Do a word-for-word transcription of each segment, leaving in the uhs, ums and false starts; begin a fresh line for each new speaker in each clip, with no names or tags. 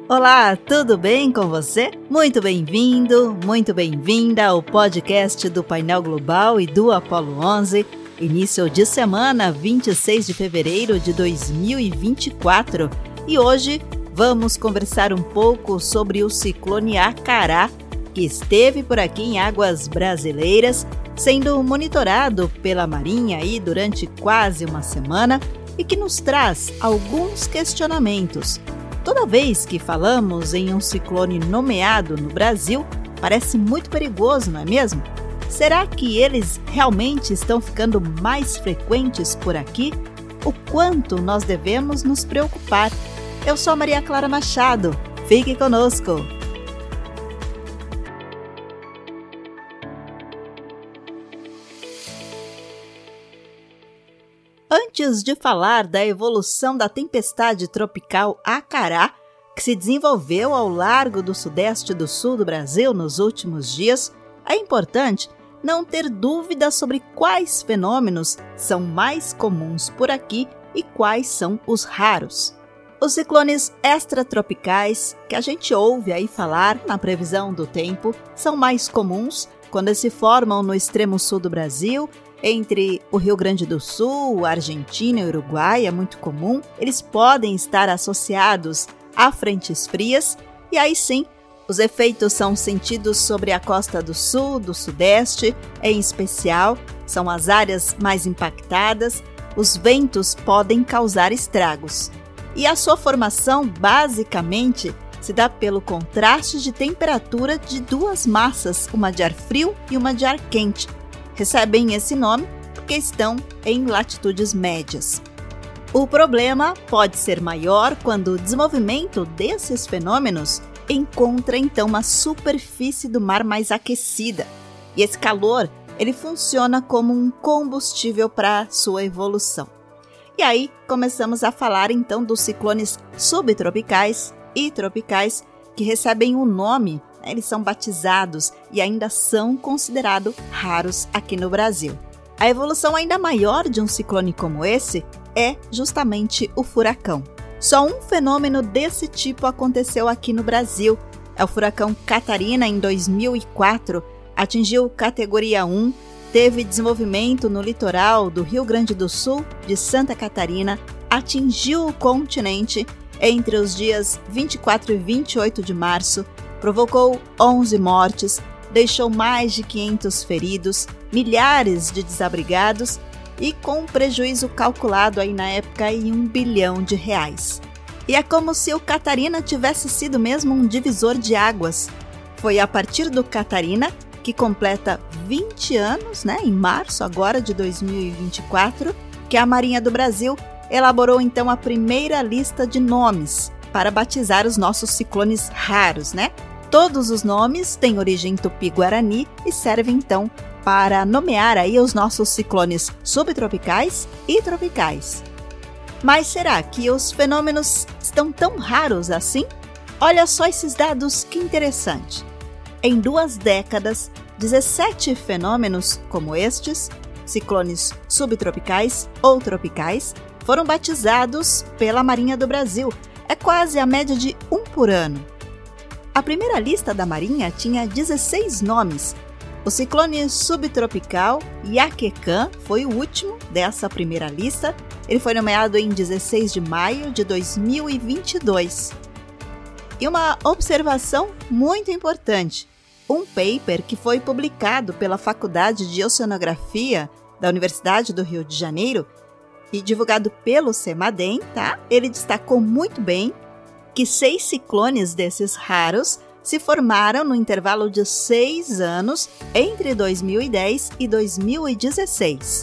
Olá, tudo bem com você? Muito bem-vindo, muito bem-vinda ao podcast do Painel Global e do Apollo onze. Início de semana, vinte e seis de fevereiro de dois mil e vinte e quatro. E hoje vamos conversar um pouco sobre o ciclone Acará, que esteve por aqui em águas brasileiras, sendo monitorado pela Marinha aí durante quase uma semana e que nos traz alguns questionamentos. Toda vez que falamos em um ciclone nomeado no Brasil, parece muito perigoso, não é mesmo? Será que eles realmente estão ficando mais frequentes por aqui? O quanto nós devemos nos preocupar? Eu sou a Maria Clara Machado. Fique conosco! Antes de falar da evolução da tempestade tropical Acará, que se desenvolveu ao largo do sudeste do sul do Brasil nos últimos dias, é importante não ter dúvida sobre quais fenômenos são mais comuns por aqui e quais são os raros. Os ciclones extratropicais, que a gente ouve aí falar na previsão do tempo, são mais comuns quando se formam no extremo sul do Brasil, entre o Rio Grande do Sul, Argentina e Uruguai, é muito comum. Eles podem estar associados a frentes frias e aí sim, os efeitos são sentidos sobre a costa do sul, do sudeste, em especial, são as áreas mais impactadas. Os ventos podem causar estragos. E a sua formação, basicamente, se dá pelo contraste de temperatura de duas massas, uma de ar frio e uma de ar quente. Recebem esse nome porque estão em latitudes médias. O problema pode ser maior quando o desenvolvimento desses fenômenos encontra então uma superfície do mar mais aquecida. E esse calor, ele funciona como um combustível para sua evolução. E aí começamos a falar então dos ciclones subtropicais e tropicais que recebem o nome. Eles são batizados e ainda são considerados raros aqui no Brasil. A evolução ainda maior de um ciclone como esse é justamente o furacão. Só um fenômeno desse tipo aconteceu aqui no Brasil. É o furacão Catarina, em dois mil e quatro, atingiu categoria um, teve desenvolvimento no litoral do Rio Grande do Sul, de Santa Catarina, atingiu o continente entre os dias vinte e quatro e vinte e oito de março, provocou onze mortes, deixou mais de quinhentos feridos, milhares de desabrigados e com um prejuízo calculado aí na época em um bilhão de reais. E é como se o Catarina tivesse sido mesmo um divisor de águas. Foi a partir do Catarina, que completa vinte anos, né, em março agora de dois mil e vinte e quatro, que a Marinha do Brasil elaborou então a primeira lista de nomes para batizar os nossos ciclones raros, né? Todos os nomes têm origem tupi-guarani e servem então para nomear aí os nossos ciclones subtropicais e tropicais. Mas será que os fenômenos estão tão raros assim? Olha só esses dados, que interessante. Em duas décadas, dezessete fenômenos como estes, ciclones subtropicais ou tropicais, foram batizados pela Marinha do Brasil. É quase a média de um por ano. A primeira lista da Marinha tinha dezesseis nomes. O ciclone subtropical Iaquecã foi o último dessa primeira lista. Ele foi nomeado em dezesseis de maio de dois mil e vinte e dois. E uma observação muito importante. Um paper que foi publicado pela Faculdade de Oceanografia da Universidade do Rio de Janeiro e divulgado pelo CEMADEM, tá? Ele destacou muito bem que seis ciclones desses raros se formaram no intervalo de seis anos entre dois mil e dez e dois mil e dezesseis.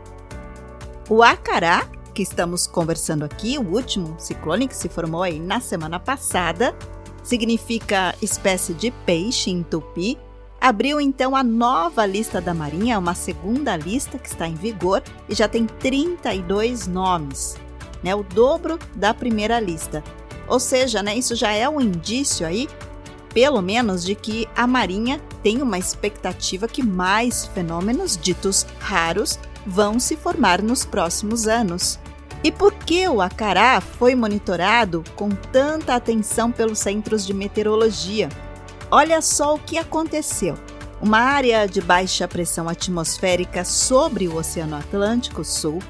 O Acará, que estamos conversando aqui, o último ciclone que se formou aí na semana passada, significa espécie de peixe em tupi, abriu então a nova lista da Marinha, uma segunda lista que está em vigor e já tem trinta e dois nomes, né, o dobro da primeira lista. Ou seja, né, isso já é um indício aí, pelo menos, de que a Marinha tem uma expectativa que mais fenômenos ditos raros vão se formar nos próximos anos. E por que o Acará foi monitorado com tanta atenção pelos centros de meteorologia? Olha só o que aconteceu. Uma área de baixa pressão atmosférica sobre o Oceano Atlântico Sul,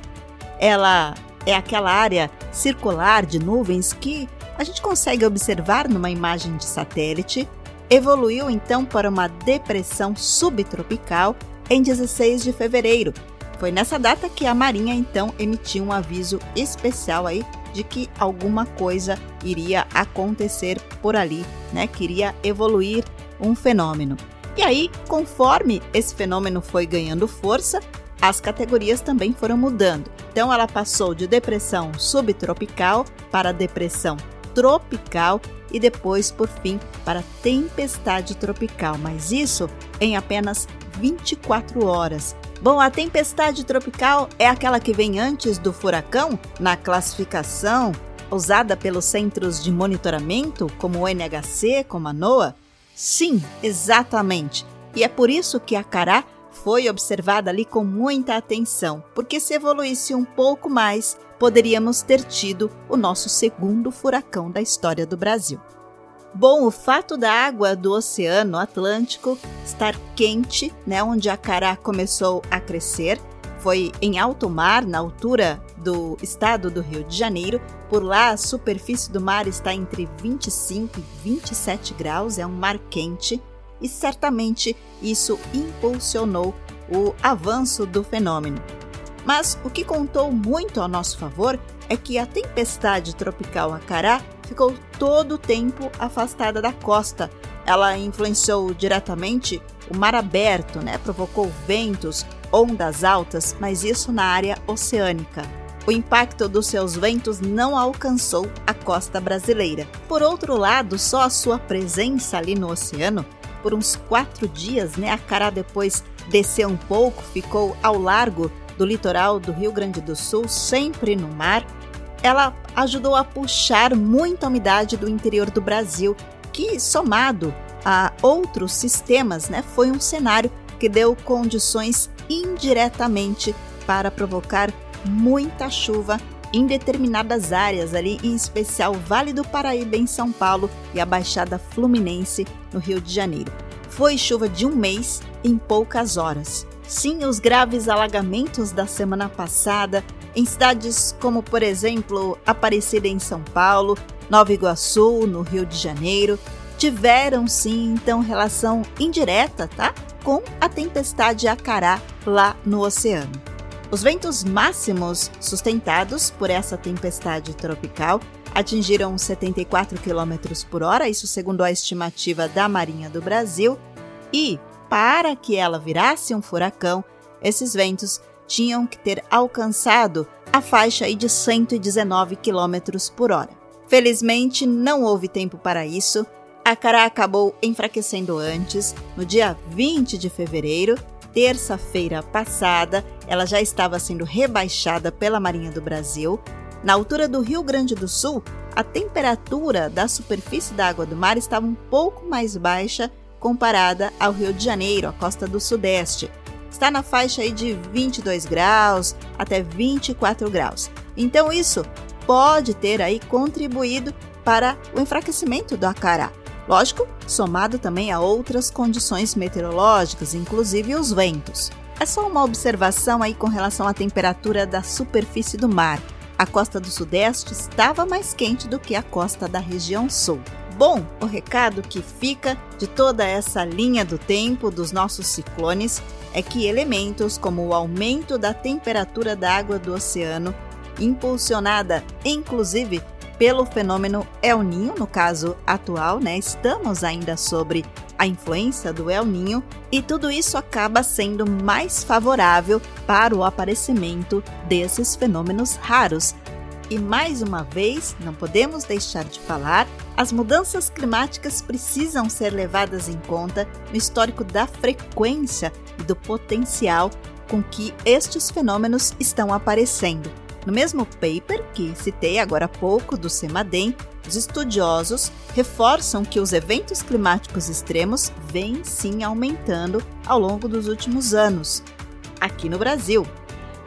ela é aquela área circular de nuvens que a gente consegue observar numa imagem de satélite, evoluiu então para uma depressão subtropical em dezesseis de fevereiro. Foi nessa data que a Marinha então emitiu um aviso especial aí de que alguma coisa iria acontecer por ali, né? Que iria evoluir um fenômeno. E aí, conforme esse fenômeno foi ganhando força, as categorias também foram mudando. Então ela passou de depressão subtropical para depressão tropical e depois, por fim, para tempestade tropical. Mas isso em apenas vinte e quatro horas. Bom, a tempestade tropical é aquela que vem antes do furacão na classificação usada pelos centros de monitoramento, como o N H C, como a NOAA? Sim, exatamente. E é por isso que a Acará foi observada ali com muita atenção, porque se evoluísse um pouco mais, poderíamos ter tido o nosso segundo furacão da história do Brasil. Bom, o fato da água do Oceano Atlântico estar quente, né, onde a Acará começou a crescer, foi em alto mar, na altura do estado do Rio de Janeiro. Por lá, a superfície do mar está entre vinte e cinco e vinte e sete graus, é um mar quente, e certamente isso impulsionou o avanço do fenômeno. Mas o que contou muito ao nosso favor é que a tempestade tropical Acará ficou todo o tempo afastada da costa. Ela influenciou diretamente o mar aberto, né? Provocou ventos, ondas altas, mas isso na área oceânica. O impacto dos seus ventos não alcançou a costa brasileira. Por outro lado, só a sua presença ali no oceano, por uns quatro dias, né? Acará depois desceu um pouco, ficou ao largo do litoral do Rio Grande do Sul, sempre no mar. Ela ajudou a puxar muita umidade do interior do Brasil, que, somado a outros sistemas, né, foi um cenário que deu condições indiretamente para provocar muita chuva em determinadas áreas ali, em especial o Vale do Paraíba em São Paulo e a Baixada Fluminense no Rio de Janeiro. Foi chuva de um mês em poucas horas. Sim, os graves alagamentos da semana passada em cidades como, por exemplo, Aparecida em São Paulo, Nova Iguaçu, no Rio de Janeiro, tiveram sim, então, relação indireta, tá? Com a tempestade Acará lá no oceano. Os ventos máximos sustentados por essa tempestade tropical atingiram setenta e quatro quilômetros por hora, isso segundo a estimativa da Marinha do Brasil, e para que ela virasse um furacão, esses ventos tinham que ter alcançado a faixa aí de cento e dezenove quilômetros por hora. Felizmente, não houve tempo para isso. A Acará acabou enfraquecendo antes, no dia vinte de fevereiro, terça-feira passada, ela já estava sendo rebaixada pela Marinha do Brasil. Na altura do Rio Grande do Sul, a temperatura da superfície da água do mar estava um pouco mais baixa comparada ao Rio de Janeiro, a costa do Sudeste. Está na faixa aí de vinte e dois graus até vinte e quatro graus. Então isso pode ter aí contribuído para o enfraquecimento do Acará. Lógico, somado também a outras condições meteorológicas, inclusive os ventos. É só uma observação aí com relação à temperatura da superfície do mar. A costa do Sudeste estava mais quente do que a costa da região Sul. Bom, o recado que fica de toda essa linha do tempo dos nossos ciclones é que elementos como o aumento da temperatura da água do oceano, impulsionada inclusive pelo fenômeno El Niño, no caso atual, né? Estamos ainda sobre a influência do El Niño e tudo isso acaba sendo mais favorável para o aparecimento desses fenômenos raros. E mais uma vez, não podemos deixar de falar, as mudanças climáticas precisam ser levadas em conta no histórico da frequência e do potencial com que estes fenômenos estão aparecendo. No mesmo paper que citei agora há pouco do CEMADEM, os estudiosos reforçam que os eventos climáticos extremos vêm sim aumentando ao longo dos últimos anos, aqui no Brasil.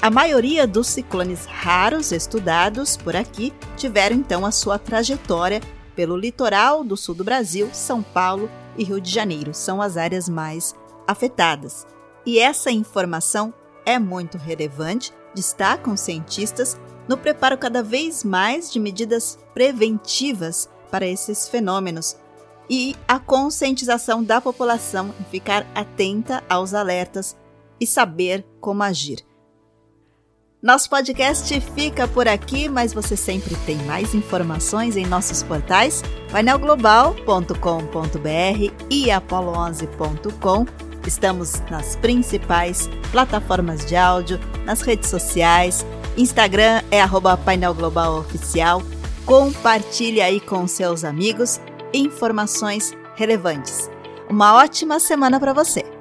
A maioria dos ciclones raros estudados por aqui tiveram então a sua trajetória pelo litoral do sul do Brasil, São Paulo e Rio de Janeiro. São as áreas mais afetadas. E essa informação é muito relevante, destacam cientistas, no preparo cada vez mais de medidas preventivas para esses fenômenos e a conscientização da população em ficar atenta aos alertas e saber como agir. Nosso podcast fica por aqui, mas você sempre tem mais informações em nossos portais painel global ponto com ponto b r e apollo onze ponto com. Estamos nas principais plataformas de áudio, nas redes sociais. Instagram é arroba painel global oficial. Compartilhe aí com seus amigos informações relevantes. Uma ótima semana para você!